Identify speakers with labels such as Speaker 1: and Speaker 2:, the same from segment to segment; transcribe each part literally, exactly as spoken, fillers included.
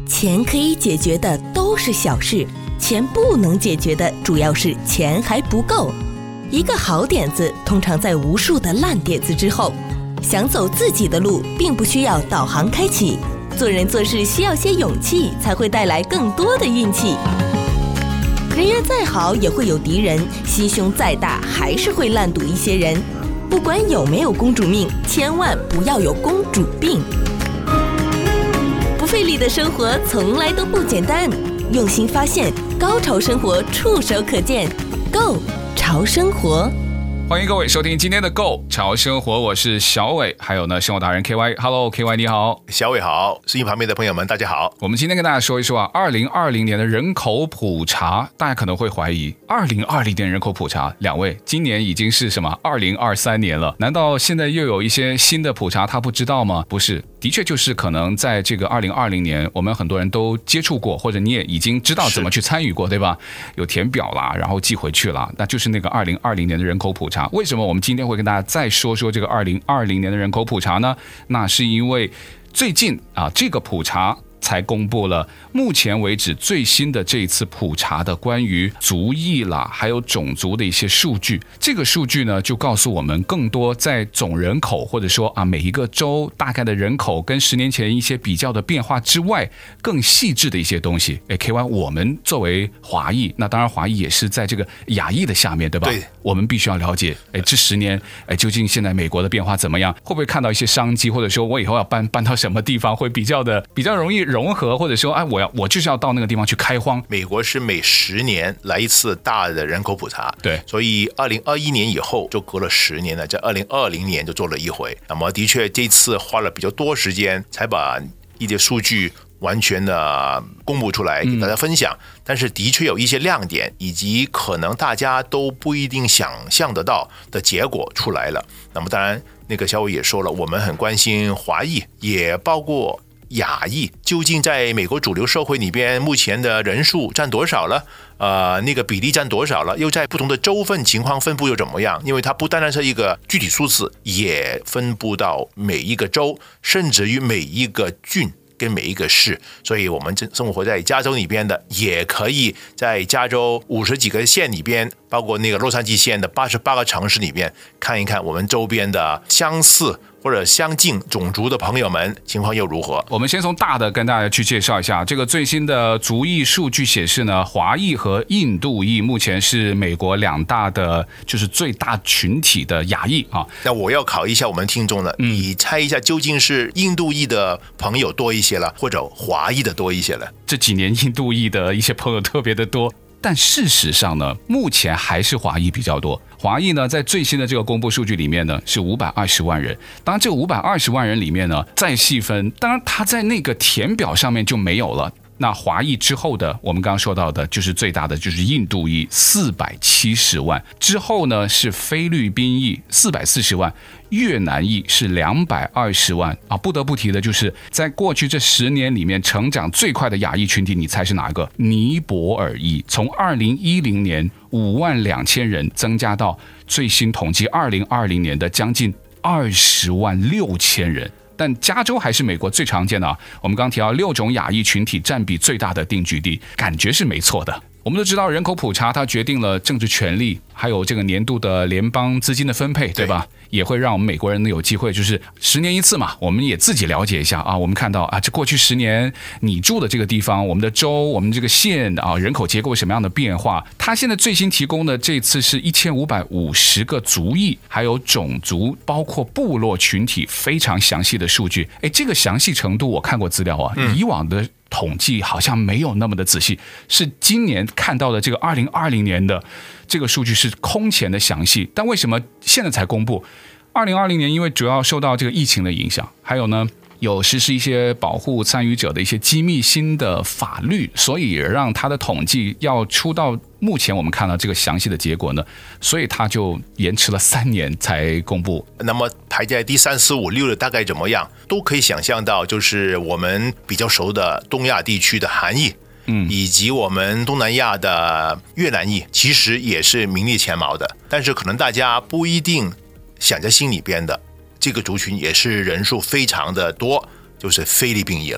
Speaker 1: 钱可以解决的都是小事，钱不能解决的主要是钱还不够。一个好点子通常在无数的烂点子之后。想走自己的路，并不需要导航开启，做人做事需要些勇气，才会带来更多的运气。人缘再好也会有敌人，心胸再大还是会烂赌一些人。不管有没有公主命，千万不要有公主病。不费力的生活从来都不简单，用心发现，高潮生活触手可见 Go 潮生活。
Speaker 2: 欢迎各位收听今天的 Go 潮生活，我是小伟，还有呢生活达人 K Y。Hello K Y 你好。
Speaker 3: 小伟好，视频旁边的朋友们大家好。
Speaker 2: 我们今天跟大家说一说啊，二零二零年的人口普查，大家可能会怀疑，二零二零年人口普查，两位今年已经是什么二零二三年了，难道现在又有一些新的普查他不知道吗？不是，的确就是可能在这个二零二零年，我们很多人都接触过，或者你也已经知道怎么去参与过，对吧？有填表啦，然后寄回去啦，那就是那个二零二零年的人口普查。为什么我们今天会跟大家再说说这个二零二零年的人口普查呢？那是因为最近啊，这个普查才公布了目前为止最新的这一次普查的关于族裔啦，还有种族的一些数据。这个数据呢，就告诉我们更多在总人口或者说啊每一个州大概的人口跟十年前一些比较的变化之外，更细致的一些东西。哎 ，K Y， 我们作为华裔，那当然华裔也是在这个亚裔的下面，对吧？对，我们必须要了解，哎，这十年，哎，究竟现在美国的变化怎么样？会不会看到一些商机，或者说我以后要搬搬到什么地方会比较的比较容易融合，或者说哎，我要我就是要到那个地方去开荒。
Speaker 3: 美国是每十年来一次大的人口普查，
Speaker 2: 对，
Speaker 3: 所以二零二一年以后就隔了十年了，在二零二零年就做了一回。那么的确这次花了比较多时间才把一些数据完全的公布出来给大家分享，嗯、但是的确有一些亮点，以及可能大家都不一定想象得到的结果出来了。那么当然，那个小伟也说了，我们很关心华裔，也包括亚裔，究竟在美国主流社会里边，目前的人数占多少了？呃，那个比例占多少了？又在不同的州份情况分布又怎么样？因为它不单单是一个具体数字，也分布到每一个州，甚至于每一个郡跟每一个市。所以我们生活在加州里边的，也可以在加州五十几个县里边，包括那个洛杉矶县的八十八个城市里边，看一看我们周边的相似或者相近种族的朋友们情况又如何。
Speaker 2: 我们先从大的跟大家去介绍一下，这个最新的族裔数据显示呢，华裔和印度裔目前是美国两大的就是最大群体的亚裔啊。
Speaker 3: 那我要考一下我们听众了，嗯、你猜一下究竟是印度裔的朋友多一些了，或者华裔的多一些了？
Speaker 2: 这几年印度裔的一些朋友特别的多。但事实上呢，目前还是华裔比较多。华裔呢，在最新的这个公布数据里面呢，是五百二十万人。当然，这五百二十万人里面呢，再细分，当然他在那个填表上面就没有了。那华裔之后的，我们刚刚说到的，就是最大的就是印度裔四百七十万，之后呢是菲律宾裔四百四十万，越南裔是两百二十万啊。不得不提的就是在过去这十年里面成长最快的亚裔群体，你猜是哪个？尼泊尔裔，从二零一零年五万两千人增加到最新统计二零二零年的将近二十万六千人。但加州还是美国最常见的啊。我们刚提到六种亚裔群体占比最大的定居地，感觉是没错的。我们都知道人口普查它决定了政治权利，还有这个年度的联邦资金的分配，对吧？也会让我们美国人有机会，就是十年一次嘛，我们也自己了解一下啊。我们看到啊，这过去十年你住的这个地方，我们的州，我们这个县啊，人口结构什么样的变化？它现在最新提供的这次是一千五百五十个族裔，还有种族，包括部落群体，非常详细的数据。哎，这个详细程度我看过资料啊，以往的统计好像没有那么的仔细，是今年看到的这个二零二零年的这个数据是空前的详细。但为什么现在才公布？二零二零年因为主要受到这个疫情的影响，还有呢有实施一些保护参与者的一些机密新的法律，所以让它的统计要出到目前我们看到这个详细的结果呢，所以它就延迟了三年才公布。
Speaker 3: 那么排在第三四五六的大概怎么样？都可以想象到，就是我们比较熟的东亚地区的韩裔，嗯，以及我们东南亚的越南裔，其实也是名列前茅的。但是可能大家不一定想在心里边的，这个族群也是人数非常的多，就是菲律宾裔了。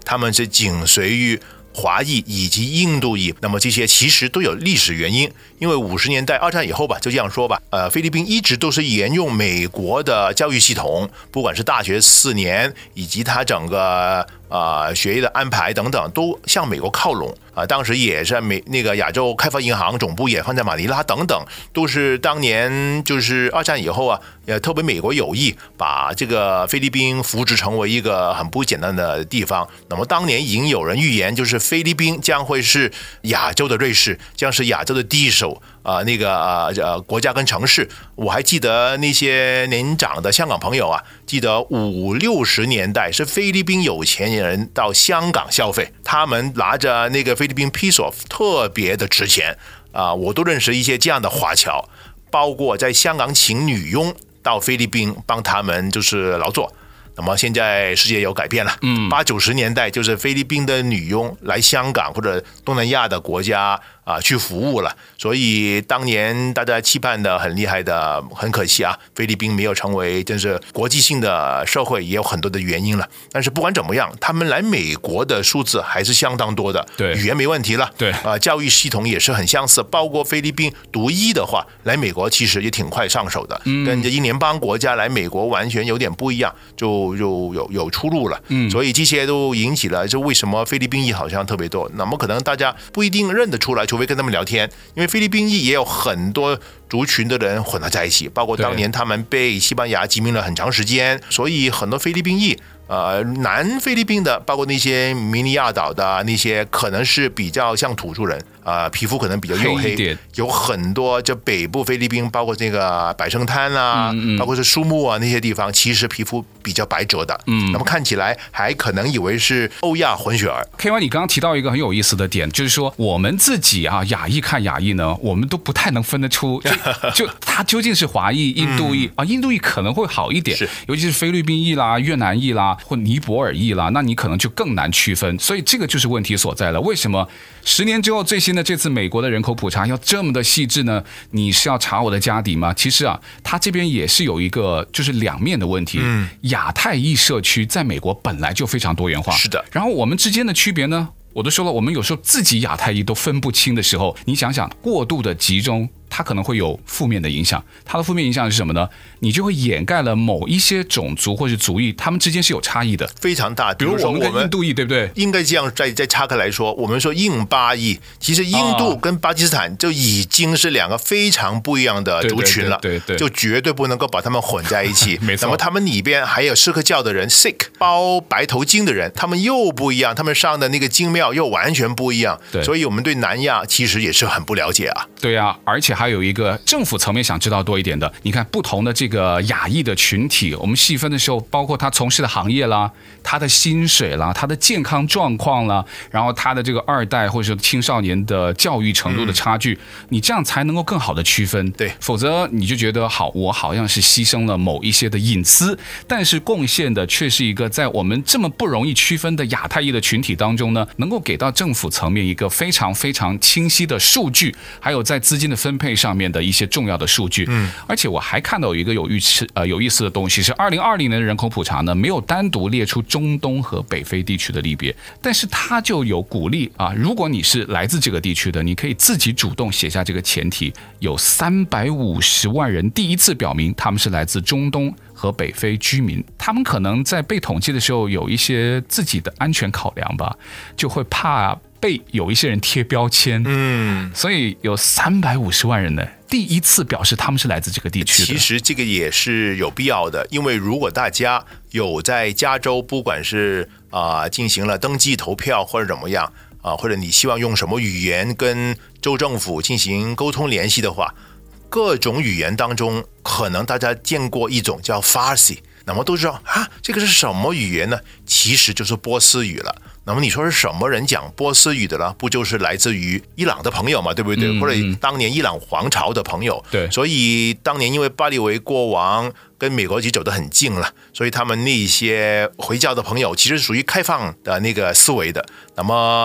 Speaker 3: 他们是紧随于华裔以及印度裔，那么这些其实都有历史原因，因为五十年代二战以后吧，就这样说吧，呃，菲律宾一直都是沿用美国的教育系统，不管是大学四年，以及它整个呃学业的安排等等，都向美国靠拢啊、呃。当时也是美那个亚洲开发银行总部也放在马尼拉等等，都是当年就是二战以后啊，也特别美国有意把这个菲律宾扶植成为一个很不简单的地方。那么当年已经有人预言，就是菲律宾将会是亚洲的瑞士，将是亚洲的第一手啊、呃、那个呃呃国家跟城市。我还记得那些年长的香港朋友啊，记得五六十年代是菲律宾有钱人到香港消费，他们拿着那个菲律宾 peso 特别的值钱啊、呃，我都认识一些这样的华侨，包括在香港请女佣到菲律宾帮他们就是劳作。那么现在世界有改变了，嗯，八九十年代就是菲律宾的女佣来香港或者东南亚的国家啊去服务了，所以当年大家期盼的很厉害的，很可惜啊，菲律宾没有成为真是国际性的社会，也有很多的原因了。但是不管怎么样，他们来美国的数字还是相当多的，
Speaker 2: 对，
Speaker 3: 语言没问题了，
Speaker 2: 对，
Speaker 3: 啊，教育系统也是很相似，包括菲律宾读医的话，来美国其实也挺快上手的，嗯、跟这英联邦国家来美国完全有点不一样，就就有有出入了，嗯，所以这些都引起了，就为什么菲律宾裔好像特别多？那么可能大家不一定认得出来，除非跟他们聊天，因为菲律宾裔也有很多族群的人混合在一起，包括当年他们被西班牙殖民了很长时间，所以很多菲律宾裔。呃，南菲律宾的，包括那些明尼亚岛的那些，可能是比较像土著人，啊、呃，皮肤可能比较黝黑，有很多就北部菲律宾，包括这个百圣滩啊，嗯嗯包括是树木啊那些地方，其实皮肤比较白泽的，嗯，那么看起来还可能以为是欧亚混血儿。
Speaker 2: K Y， 你刚刚提到一个很有意思的点，就是说我们自己啊，亚裔看亚裔呢，我们都不太能分得出，就就他究竟是华裔、印度裔、嗯、啊，印度裔可能会好一点，尤其是菲律宾裔啦、越南裔啦。或尼泊尔裔啦，那你可能就更难区分，所以这个就是问题所在了。为什么十年之后最新的这次美国的人口普查要这么的细致呢？你是要查我的家底吗？其实啊，它这边也是有一个就是两面的问题。嗯，亚太裔社区在美国本来就非常多元化，
Speaker 3: 是的。
Speaker 2: 然后我们之间的区别呢？我都说了，我们有时候自己亚太裔都分不清的时候，你想想，过度的集中，它可能会有负面的影响。它的负面影响是什么呢？你就会掩盖了某一些种族或是族裔，他们之间是有差异的，
Speaker 3: 非常大。
Speaker 2: 比如我们跟印度裔，对不对？
Speaker 3: 应该这样再再岔开来说，我们说印巴裔，其实印度跟巴基斯坦就已经是两个非常不一样的族群了，
Speaker 2: 对对 对, 对, 对，
Speaker 3: 就绝对不能够把他们混在一起。
Speaker 2: 没错。
Speaker 3: 那么他们里边还有锡克教的人 ，Sikh 包白头巾的人，他们又不一样，他们上的那个经庙又完全不一样。对，所以我们对南亚其实也是很不了解啊。
Speaker 2: 对啊，而且还有一个政府层面想知道多一点的，你看不同的这个亚裔的群体，我们细分的时候，包括他从事的行业啦，他的薪水啦，他的健康状况啦，然后他的这个二代或者是青少年的教育程度的差距，嗯、你这样才能够更好的区分。
Speaker 3: 对，
Speaker 2: 否则你就觉得好，我好像是牺牲了某一些的隐私，但是贡献的却是一个在我们这么不容易区分的亚太裔的群体当中呢，能够给到政府层面一个非常非常清晰的数据，还有在资金的分配上面的一些重要的数据。嗯，而且我还看到有一个有意思呃有意思的东西是二零二零年的人口普查呢，没有单独列出中东和北非地区的类别，但是它就有鼓励啊，如果你是来自这个地区的，你可以自己主动写下这个前提，有三百五十万人第一次表明他们是来自中东和北非居民，他们可能在被统计的时候有一些自己的安全考量吧，就会怕被有一些人贴标签，嗯，所以有三百五十万人呢，第一次表示他们是来自这个地区的。
Speaker 3: 其实这个也是有必要的，因为如果大家有在加州，不管是啊、呃、进行了登记投票或者怎么样啊、呃，或者你希望用什么语言跟州政府进行沟通联系的话，各种语言当中，可能大家见过一种叫 Farsi， 那么都知道啊，这个是什么语言呢？其实就是波斯语了。那么你说是什么人讲波斯语的呢？不就是来自于伊朗的朋友嘛，对不对？嗯、或者当年伊朗皇朝的朋友。
Speaker 2: 对，
Speaker 3: 所以当年因为巴利维国王跟美国已经走得很近了，所以他们那些回教的朋友其实属于开放的那个思维的。那么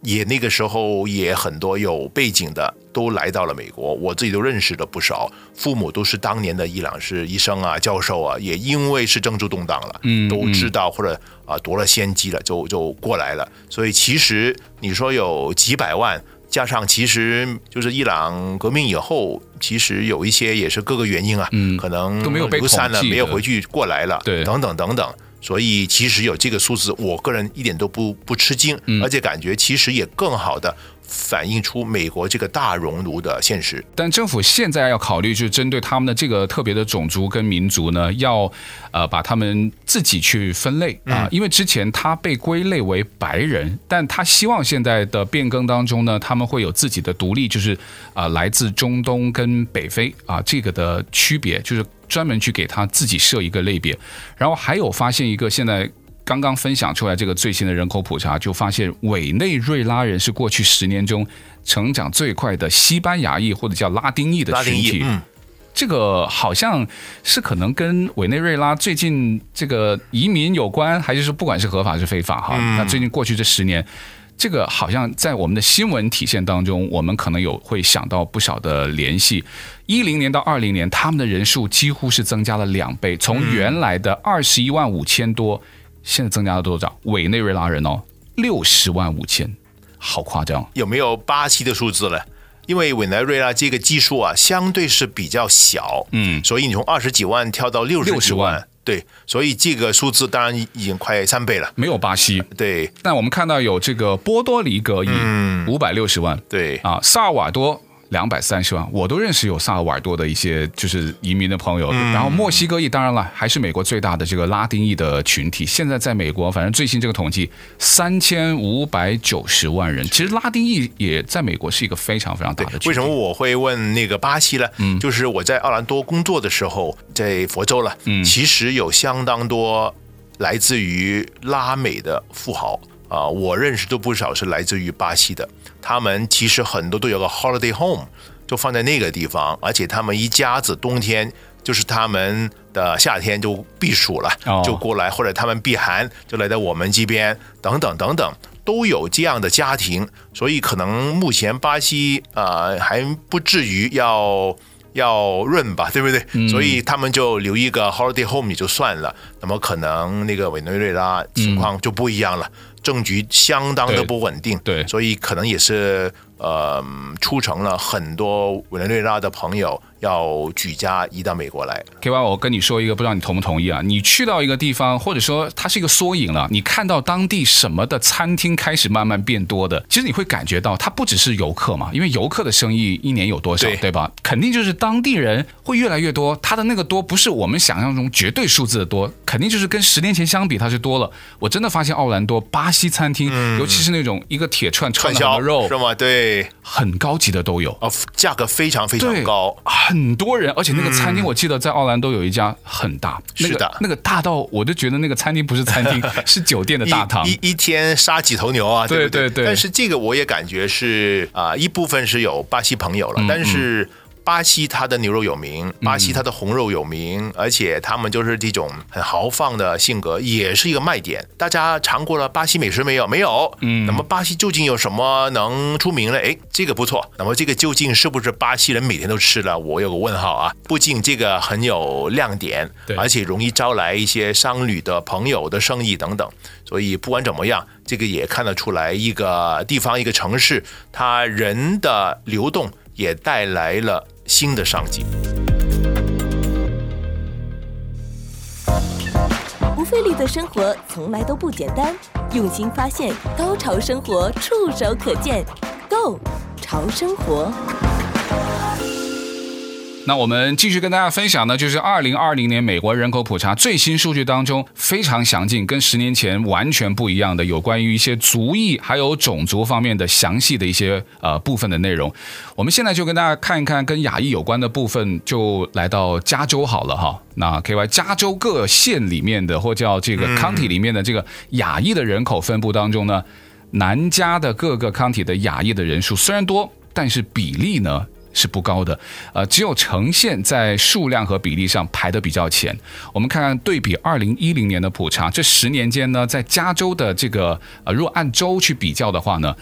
Speaker 3: 也那个时候也很多有背景的都来到了美国，我自己都认识了不少，父母都是当年的伊朗是医生啊、教授啊，也因为是政治动荡了，
Speaker 2: 嗯，
Speaker 3: 都知道或者啊夺了先机了，就就过来了。所以其实你说有几百万。加上其实就是伊朗革命以后，其实有一些也是各个原因啊，
Speaker 2: 嗯，
Speaker 3: 可能
Speaker 2: 都没有被
Speaker 3: 流散了，
Speaker 2: 统计的
Speaker 3: 没有回去过来了，
Speaker 2: 对，
Speaker 3: 等等等等。所以其实有这个数字，我个人一点都不不吃惊，
Speaker 2: 嗯，
Speaker 3: 而且感觉其实也更好的反映出美国这个大熔炉的现实。
Speaker 2: 但政府现在要考虑，就是针对他们的这个特别的种族跟民族呢，要呃把他们自己去分类啊，因为之前他被归类为白人，但他希望现在的变更当中呢，他们会有自己的独立，就是啊、呃、来自中东跟北非啊这个的区别，就是专门去给他自己设一个类别。然后还有发现一个现在刚刚分享出来这个最新的人口普查，就发现委内瑞拉人是过去十年中成长最快的西班牙裔或者叫拉丁裔的群体。
Speaker 3: 嗯，
Speaker 2: 这个好像是可能跟委内瑞拉最近这个移民有关，还是说不管是合法是非法哈？嗯、那最近过去这十年，这个好像在我们的新闻体现当中，我们可能有会想到不少的联系。一零年到二零年，他们的人数几乎是增加了两倍，从原来的二十一万五千多。现在增加了多少？委内瑞拉人哦，六十万五千，好夸张！
Speaker 3: 有没有巴西的数字了？因为委内瑞拉这个基数啊，相对是比较小，嗯，所以你从二十几万跳到六十几万，对，所以这个数字当然已经快三倍了。
Speaker 2: 没有巴西，
Speaker 3: 对，
Speaker 2: 但我们看到有这个波多黎各裔五百六十万，
Speaker 3: 对
Speaker 2: 啊，萨尔瓦多。两百三十万，我都认识有萨尔瓦多的一些就是移民的朋友，嗯、然后墨西哥裔当然了，还是美国最大的这个拉丁裔的群体。现在在美国，反正最新这个统计，三千五百九十万人。其实拉丁裔也在美国是一个非常非常大的群体。
Speaker 3: 为什么我会问那个巴西呢？嗯，就是我在奥兰多工作的时候，在佛州了，嗯，其实有相当多来自于拉美的富豪。啊、呃，我认识都不少是来自于巴西的，他们其实很多都有个 holiday home， 就放在那个地方，而且他们一家子冬天就是他们的夏天就避暑了，哦、就过来，或者他们避寒就来到我们这边，等等等等，都有这样的家庭，所以可能目前巴西啊、呃、还不至于要。要润吧，对不对？嗯、所以他们就留一个 holiday home 也就算了。那么可能那个委内瑞拉情况就不一样了，嗯、政局相当的不稳定，
Speaker 2: 对，对
Speaker 3: 所以可能也是呃促成了很多委内瑞拉的朋友要举家移到美国来。
Speaker 2: K Y， 我跟你说一个，不知道你同不同意啊？你去到一个地方，或者说它是一个缩影了，你看到当地什么的餐厅开始慢慢变多的，其实你会感觉到它不只是游客嘛，因为游客的生意一年有多少， 对, 对吧？肯定就是当地人会越来越多，它的那个多不是我们想象中绝对数字的多，肯定就是跟十年前相比它是多了。我真的发现奥兰多巴西餐厅，嗯、尤其是那种一个铁串串的肉，
Speaker 3: 是吗？对，
Speaker 2: 很高级的都有，
Speaker 3: 哦，价格非常非常高，
Speaker 2: 很多人，而且那个餐厅我记得在奥兰多有一家很大，
Speaker 3: 是的，
Speaker 2: 那个、那个大到我就觉得那个餐厅不是餐厅，是酒店的大堂，
Speaker 3: 一 一, 一天杀几头牛啊，对不对？
Speaker 2: 对对对。
Speaker 3: 但是这个我也感觉是啊、呃，一部分是有巴西朋友了，嗯、但是。巴西它的牛肉有名，巴西它的红肉有名，嗯、而且他们就是这种很豪放的性格，也是一个卖点。大家尝过了巴西美食没有？没有。嗯。那么巴西究竟有什么能出名呢？哎，这个不错。那么这个究竟是不是巴西人每天都吃了？我有个问号啊。不仅这个很有亮点，而且容易招来一些商旅的朋友的生意等等。所以不管怎么样，这个也看得出来，一个地方一个城市，它人的流动也带来了新的商机。
Speaker 1: 不费力的生活从来都不简单，用心发现，高潮生活触手可见 Go 潮生活。
Speaker 2: 那我们继续跟大家分享的就是二零二零年美国人口普查最新数据当中非常详尽，跟十年前完全不一样的有关于一些族裔还有种族方面的详细的一些呃部分的内容。我们现在就跟大家看一看跟亚裔有关的部分，就来到加州好了哈。那 K Y 加州各县里面的或叫这个 county 里面的这个亚裔的人口分布当中呢，南加的各个 county 的亚裔的人数虽然多，但是比例呢是不高的，呃，只有城县在数量和比例上排得比较前。我们看看对比二零一零年的普查，这十年间呢，在加州的这个呃，如果按州去比较的话呢，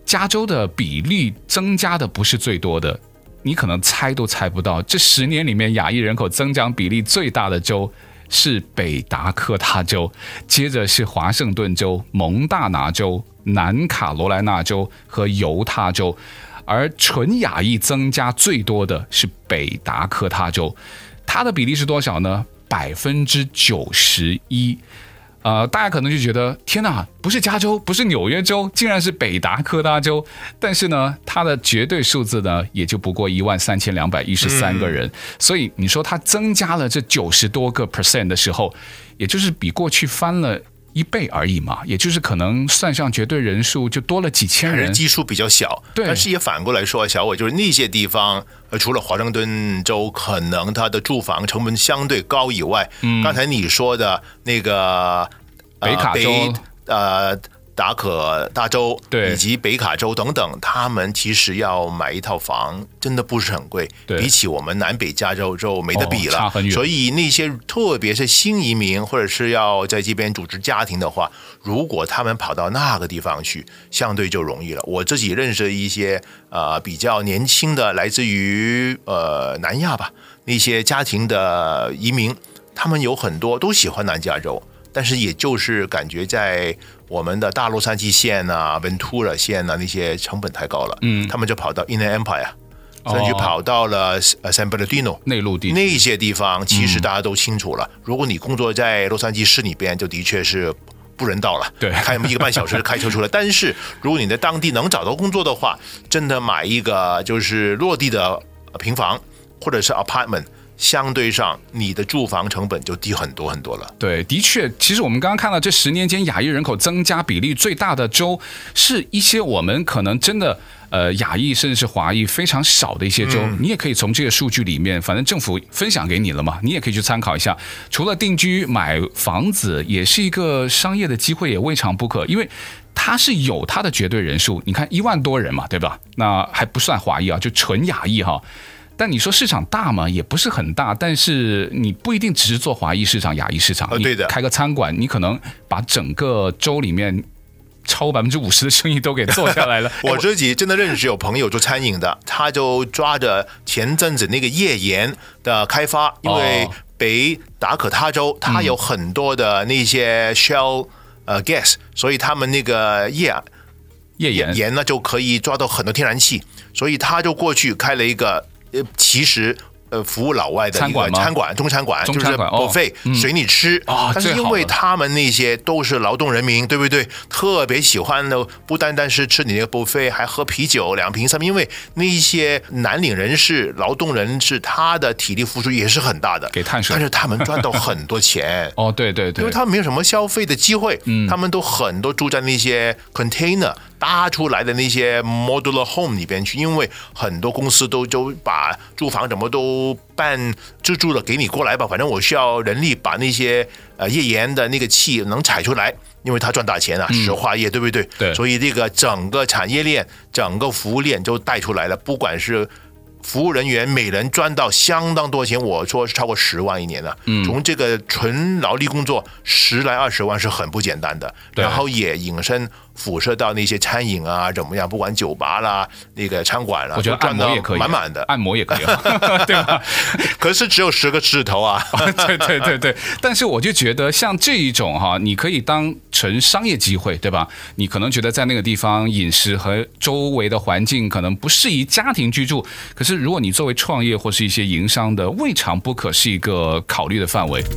Speaker 2: 加州的比例增加的不是最多的，你可能猜都猜不到，这十年里面亚裔人口增长比例最大的州是北达科他州，接着是华盛顿州、蒙大拿州、南卡罗来纳州和犹他州，而纯亚裔增加最多的是北达科他州，它的比例是多少呢？百分之九十一。呃，大家可能就觉得天哪，不是加州，不是纽约州，竟然是北达科他州。但是呢，它的绝对数字呢，也就不过一万三千两百一十三个人。嗯、所以你说它增加了这九十多个 percent 的时候，也就是比过去翻了一倍而已嘛，也就是可能算上绝对人数就多了几千人，
Speaker 3: 基数比较小。
Speaker 2: 对，
Speaker 3: 但是也反过来说，小伟就是那些地方，呃，除了华盛顿州可能它的住房成本相对高以外，嗯，刚才你说的那个、
Speaker 2: 呃、北卡州，
Speaker 3: 呃。达可大州
Speaker 2: 对
Speaker 3: 以及北卡州等等，他们其实要买一套房真的不是很贵，比起我们南北加州州没得比了、哦、
Speaker 2: 差很远。
Speaker 3: 所以那些特别是新移民或者是要在这边组织家庭的话，如果他们跑到那个地方去，相对就容易了。我自己认识一些呃比较年轻的来自于呃南亚吧那些家庭的移民，他们有很多都喜欢南加州，但是也就是感觉在我们的大洛杉矶县啊、Ventura 县啊那些成本太高了，嗯，他们就跑到 Inland Empire， 甚至跑到了 San Bernardino
Speaker 2: 内陆地
Speaker 3: 那些地方，其实大家都清楚了。嗯、如果你工作在洛杉矶市里边，就的确是不人道了，
Speaker 2: 对，
Speaker 3: 开一个半小时开车出来。但是如果你在当地能找到工作的话，真的买一个就是落地的平房或者是 apartment。相对上你的住房成本就低很多很多了。
Speaker 2: 对，的确，其实我们刚刚看到这十年间亚裔人口增加比例最大的州，是一些我们可能真的呃亚裔甚至是华裔非常少的一些州、嗯、你也可以从这个数据里面，反正政府分享给你了嘛，你也可以去参考一下。除了定居买房子也是一个商业的机会，也未尝不可，因为它是有它的绝对人数，你看一万多人嘛，对吧？那还不算华裔啊，就纯亚裔哈。但你说市场大吗？也不是很大，但是你不一定只是做华裔市场、亚裔市场。
Speaker 3: 呃、对的，
Speaker 2: 你开个餐馆，你可能把整个州里面超过百分之五十的生意都给做下来了。
Speaker 3: 我自己真的认识有朋友做餐饮的，他就抓着前阵子那个页岩的开发，因为北达可他州它有很多的那些 shale、呃、gas， 所以他们那个页
Speaker 2: 页岩
Speaker 3: 盐呢就可以抓到很多天然气，所以他就过去开了一个。呃，其实呃，服务老外的一个餐馆、中餐馆，就是 buffet、哦、随你吃、
Speaker 2: 哦、
Speaker 3: 但是因为他们那些都是劳动人民，对不对？特别喜欢的不单单是吃你那个 buffet， 还喝啤酒两瓶三瓶，因为那些蓝领人士、劳动人士，他的体力付出也是很大的，
Speaker 2: 给碳水，
Speaker 3: 但是他们赚到很多钱。
Speaker 2: 哦，对对对，
Speaker 3: 因为他们没有什么消费的机会，嗯，他们都很多住在那些 container。搭出来的那些 modular home 里边去，因为很多公司都就把住房怎么都办自助了，给你过来吧，反正我需要人力把那些呃页岩的那个气能采出来，因为他赚大钱啊，石化业、嗯、对不对？
Speaker 2: 对，
Speaker 3: 所以这个整个产业链、整个服务链就带出来了，不管是服务人员每人赚到相当多钱，我说是超过十万一年了。嗯，从这个纯劳力工作十来二十万是很不简单的，然后也引申辐射到那些餐饮啊怎么样，不管酒吧啦、那个餐馆啦，
Speaker 2: 我觉得按摩也可以，
Speaker 3: 满满的，
Speaker 2: 按摩也可以，对吧？
Speaker 3: 可是只有十个指头啊！
Speaker 2: 对对对对，但是我就觉得像这一种哈，你可以当纯商业机会，对吧？你可能觉得在那个地方饮食和周围的环境可能不适宜家庭居住，可是如果你作为创业或是一些营商的，未尝不可是一个考虑的范围。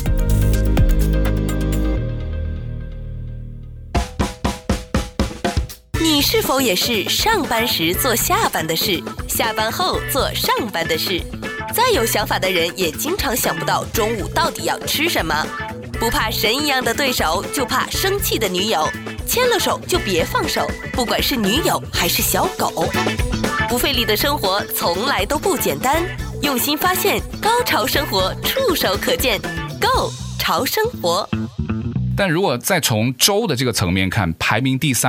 Speaker 1: 你是否也是上班时做下班的事，下班后做上班的事？再有想法的人也经常想不到中午到底要吃什么。不怕神一样的对手，就怕生气的女友。牵了手就别放手，不管是女友还是小狗。不费力的生活从来都不简单，用心发现，高潮生活触手可见 Go 潮生活。
Speaker 2: 但如果再从州的这个层面看，排名第三哦，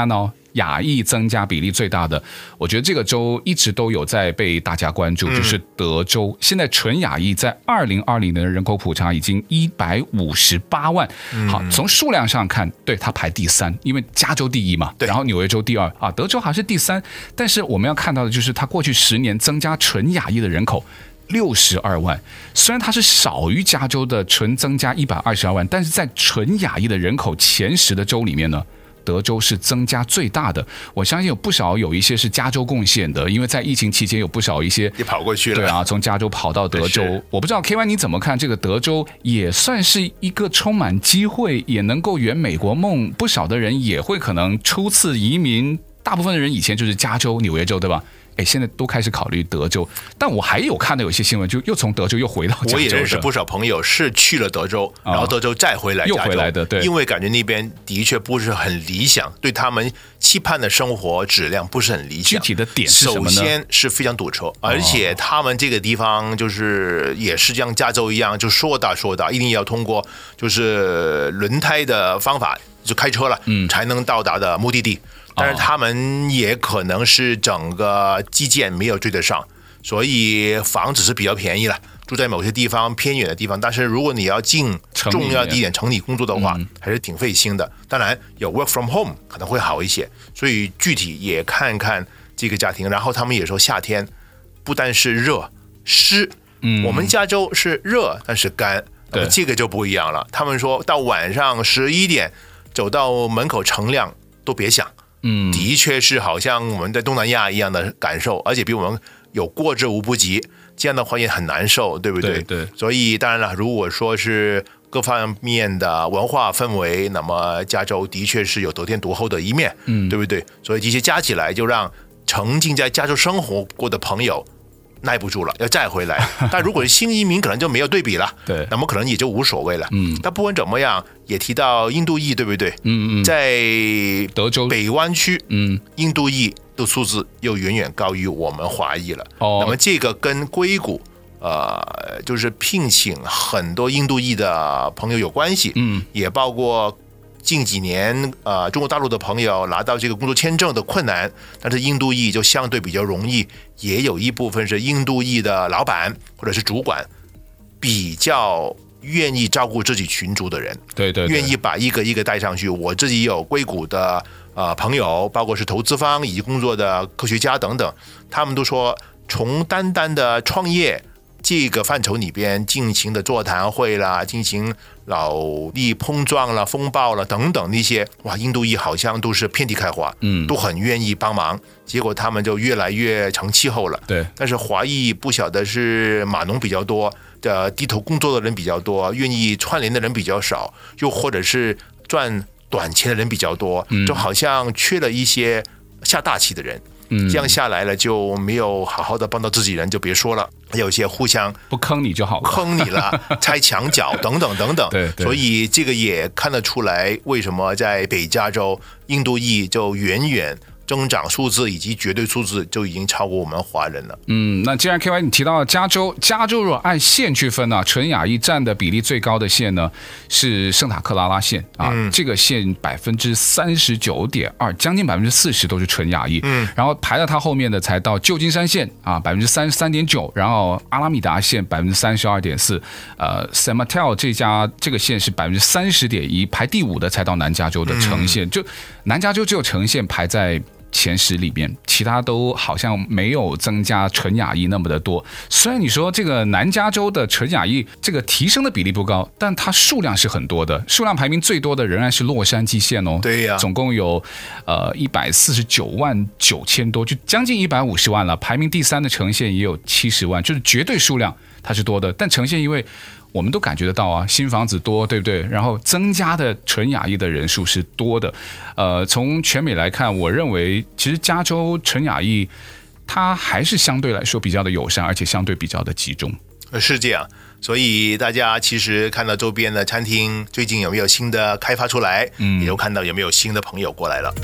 Speaker 2: 亚裔增加比例最大的，我觉得这个州一直都有在被大家关注，就是德州。现在纯亚裔在二零二零年的人口普查已经一百五十八万。好，从数量上看，对它排第三，因为加州第一嘛，然后纽约州第二啊，德州还是第三。但是我们要看到的就是，它过去十年增加纯亚裔的人口六十二万，虽然它是少于加州的纯增加一百二十二万，但是在纯亚裔的人口前十的州里面呢，德州是增加最大的。我相信有不少有一些是加州贡献的，因为在疫情期间有不少一些
Speaker 3: 也跑过去了，
Speaker 2: 对啊，从加州跑到德州。我不知道 K Y 你怎么看这个德州，也算是一个充满机会，也能够圆美国梦，不少的人也会可能初次移民，大部分的人以前就是加州、纽约州，对吧？哎，现在都开始考虑德州，但我还有看到有些新闻，就又从德州又回到加州。
Speaker 3: 我也认识不少朋友是去了德州，然后德州再回来加州，
Speaker 2: 又回来的，对，
Speaker 3: 因为感觉那边的确不是很理想，对他们期盼的生活质量不是很理想。
Speaker 2: 具体的点是什么呢？
Speaker 3: 首先是非常堵车，而且他们这个地方就是也是像加州一样，就说大说大，一定要通过就是轮胎的方法就开车了，嗯，才能到达的目的地。但是他们也可能是整个基建没有追得上，所以房子是比较便宜了，住在某些地方偏远的地方。但是如果你要进重要地点城里工作的话，嗯、还是挺费心的。当然有 work from home 可能会好一些，所以具体也看看这个家庭。然后他们也说夏天不单是热湿，嗯，我们加州是热但是干，对，这个就不一样了。他们说到晚上十一点走到门口乘凉都别想。嗯，的确是好像我们在东南亚一样的感受，而且比我们有过之无不及，这样的话也很难受，对不对？
Speaker 2: 对对。
Speaker 3: 所以当然了，如果说是各方面的文化氛围，那么加州的确是有得天独厚的一面，嗯，对不对？所以这些加起来，就让曾经在加州生活过的朋友耐不住了，要再回来。但如果是新移民，可能就没有对比了，
Speaker 2: 对，
Speaker 3: 那么可能也就无所谓了。嗯，但不管怎么样，也提到印度裔，对不对？嗯嗯，在
Speaker 2: 德州
Speaker 3: 北湾区，嗯，印度裔的数字又远远高于我们华裔了。哦，那么这个跟硅谷呃，就是聘请很多印度裔的朋友有关系。嗯，也包括近几年呃，中国大陆的朋友拿到这个工作签证的困难，但是印度裔就相对比较容易，也有一部分是印度裔的老板或者是主管比较愿意照顾自己群族的人，
Speaker 2: 对 对, 对，
Speaker 3: 愿意把一个一个带上去。我自己有硅谷的呃朋友，包括是投资方以及工作的科学家等等，他们都说从单单的创业这个范畴里边进行的座谈会啦，进行脑力碰撞啦、风暴啦等等那些，哇，印度裔好像都是遍地开花，嗯，都很愿意帮忙，结果他们就越来越成气候了。
Speaker 2: 对，
Speaker 3: 但是华裔不晓得是码农比较多的，低头工作的人比较多，愿意串联的人比较少，又或者是赚短钱的人比较多，就好像缺了一些下大棋的人。嗯，这样下来了就没有好好的帮到自己人，就别说了，有些互相
Speaker 2: 不坑你就好了，
Speaker 3: 坑你了，拆墙角等等等等。
Speaker 2: 对，
Speaker 3: 所以这个也看得出来，为什么在北加州印度裔就远远增长数字以及绝对数字就已经超过我们华人了。
Speaker 2: 嗯，那既然 K Y 你提到了加州，加州如果按县区分呢、啊，纯亚裔占的比例最高的县呢是圣塔克拉拉县啊，嗯、这个县百分之三十九点二，将近百分之四十都是纯亚裔。嗯，然后排到它后面的才到旧金山县啊，百分之三十三点九，然后阿拉米达县百分之三十二点四，呃 ，San Mateo 这家这个县是百分之三十点一，排第五的才到南加州的城县，嗯、就南加州只有城县排在前十里面，其他都好像没有增加纯亚裔那么的多。虽然你说这个南加州的纯亚裔这个提升的比例不高，但它数量是很多的，数量排名最多的仍然是洛杉矶县哦。
Speaker 3: 对呀、啊，
Speaker 2: 总共有呃一百四十九万九千多，就将近一百五十万了。排名第三的城县也有七十万，就是绝对数量它是多的，但城县因为我们都感觉得到啊，新房子多，对不对？然后增加的纯亚裔的人数是多的。呃，从全美来看，我认为其实加州纯亚裔它还是相对来说比较的友善，而且相对比较的集中。
Speaker 3: 是这样，所以大家其实看到周边的餐厅最近有没有新的开发出来，嗯，也都看到有没有新的朋友过来了。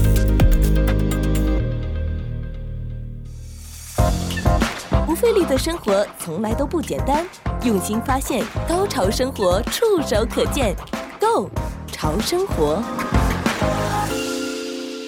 Speaker 1: 不费力的生活从来都不简单，用心发现，高潮生活触手可见 ，Go 潮生活。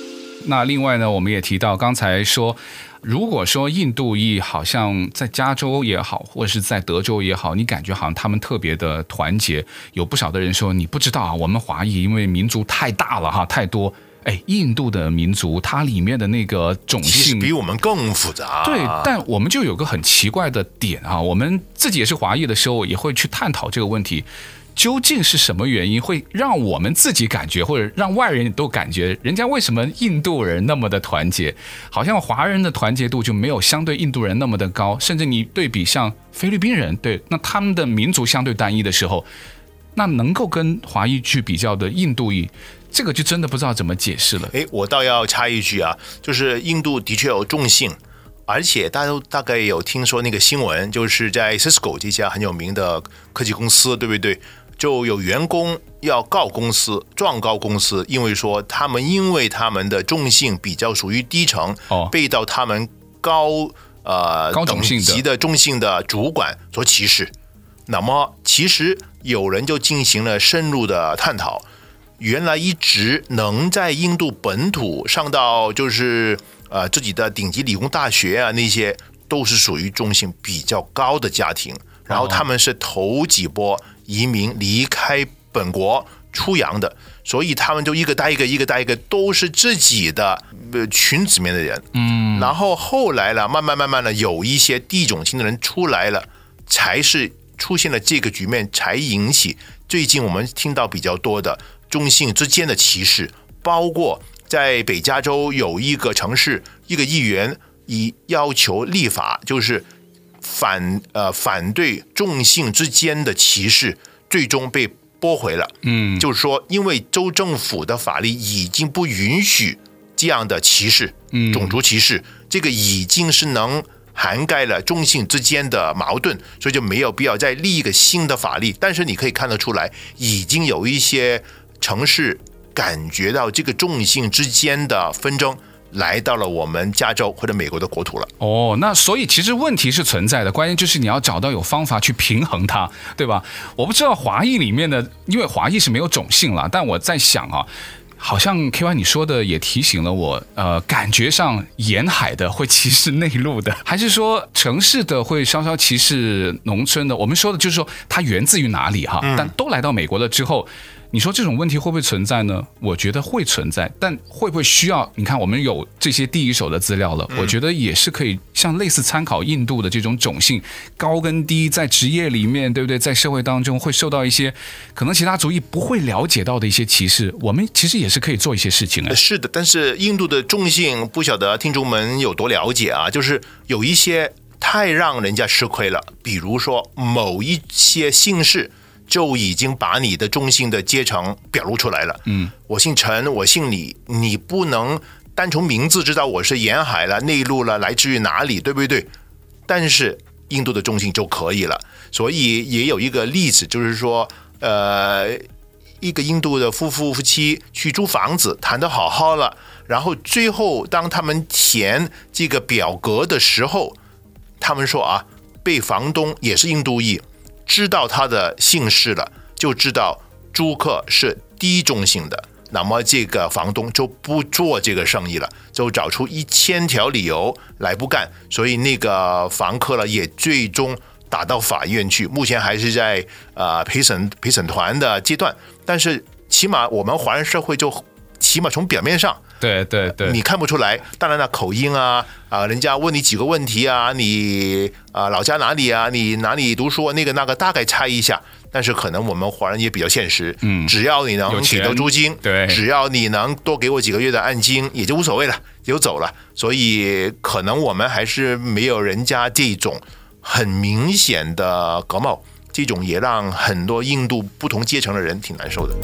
Speaker 2: 那另外呢，我们也提到刚才说，如果说印度裔好像在加州也好，或者是在德州也好，你感觉好像他们特别的团结。有不少的人说，你不知道啊，我们华裔因为民族太大了哈，太多。哎，印度的民族它里面的那个种姓
Speaker 3: 其实比我们更复杂。
Speaker 2: 对，但我们就有个很奇怪的点啊，我们自己也是华裔的时候，也会去探讨这个问题。究竟是什么原因会让我们自己感觉，或者让外人都感觉，人家为什么印度人那么的团结，好像华人的团结度就没有相对印度人那么的高，甚至你对比像菲律宾人，对，那他们的民族相对单一的时候，那能够跟华裔去比较的印度裔，这个就真的不知道怎么解释了。
Speaker 3: 诶，我倒要插一句啊，就是印度的确有种姓，而且大家都大概有听说那个新闻，就是在 Cisco 这家很有名的科技公司，对不对？就有员工要告公司，状告公司，因为说他们因为他们的种姓比较属于低层，
Speaker 2: 哦、
Speaker 3: 被到他们高呃
Speaker 2: 高种姓的
Speaker 3: 等级的种姓的主管所歧视。那么其实有人就进行了深入的探讨，原来一直能在印度本土上到就是呃自己的顶级理工大学啊，那些都是属于种姓比较高的家庭，然后他们是头几波移民离开本国出洋的，所以他们就一个带一个，一个带一个，都是自己的群子里面的人。嗯，然后后来了，慢慢慢慢的有一些地种姓的人出来了，才是出现了这个局面，才引起最近我们听到比较多的种姓之间的歧视，包括在北加州有一个城市，一个议员以要求立法，就是反呃反对种姓之间的歧视，最终被驳回了。嗯，就是说，因为州政府的法律已经不允许这样的歧视，嗯，种族歧视，这个已经是能涵盖了种姓之间的矛盾，所以就没有必要再立一个新的法律。但是你可以看得出来，已经有一些城市感觉到这个种姓之间的纷争来到了我们加州或者美国的国土了。
Speaker 2: 哦，那所以其实问题是存在的，关键就是你要找到有方法去平衡它，对吧？我不知道华裔里面的，因为华裔是没有种姓啦，但我在想啊，好像 K Y 你说的也提醒了我，呃，感觉上沿海的会歧视内陆的，还是说城市的会稍稍歧视农村的？我们说的就是说它源自于哪里哈，嗯、但都来到美国了之后。你说这种问题会不会存在呢？我觉得会存在，但会不会需要？你看，我们有这些第一手的资料了，嗯、我觉得也是可以像类似参考印度的这种种姓高跟低，在职业里面，对不对？在社会当中会受到一些可能其他族裔不会了解到的一些歧视，我们其实也是可以做一些事情。
Speaker 3: 是的，但是印度的种姓不晓得听众们有多了解啊，就是有一些太让人家吃亏了，比如说某一些姓氏。就已经把你的种姓的阶层表露出来了。嗯，我姓陈，我姓李，你不能单从名字知道我是沿海了、内陆了，来自于哪里，对不对？但是印度的种姓就可以了。所以也有一个例子，就是说，呃，一个印度的夫妇夫妻去租房子，谈得好好了，然后最后当他们填这个表格的时候，他们说啊，被房东也是印度裔。知道他的姓氏了，就知道租客是低种姓的，那么这个房东就不做这个生意了，就找出一千条理由来不干，所以那个房客了也最终打到法院去，目前还是在呃陪审陪审团的阶段，但是起码我们华人社会就起码从表面上。
Speaker 2: 对对对，
Speaker 3: 你看不出来。当然了，口音啊，啊、呃，人家问你几个问题啊，你啊、呃、老家哪里啊，你哪里读书啊，那个那个大概猜一下。但是可能我们华人也比较现实，嗯，只要你能给到租金，
Speaker 2: 对，
Speaker 3: 只要你能多给我几个月的按金，也就无所谓了，就走了。所以可能我们还是没有人家这种很明显的隔膜，这种也让很多印度不同阶层的人挺难受的。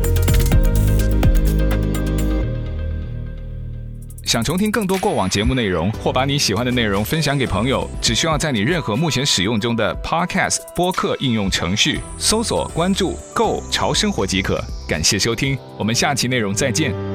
Speaker 2: 想重听更多过往节目内容，或把你喜欢的内容分享给朋友，只需要在你任何目前使用中的 Podcast 播客应用程序搜索关注 Go 潮生活即可。感谢收听，我们下期内容再见。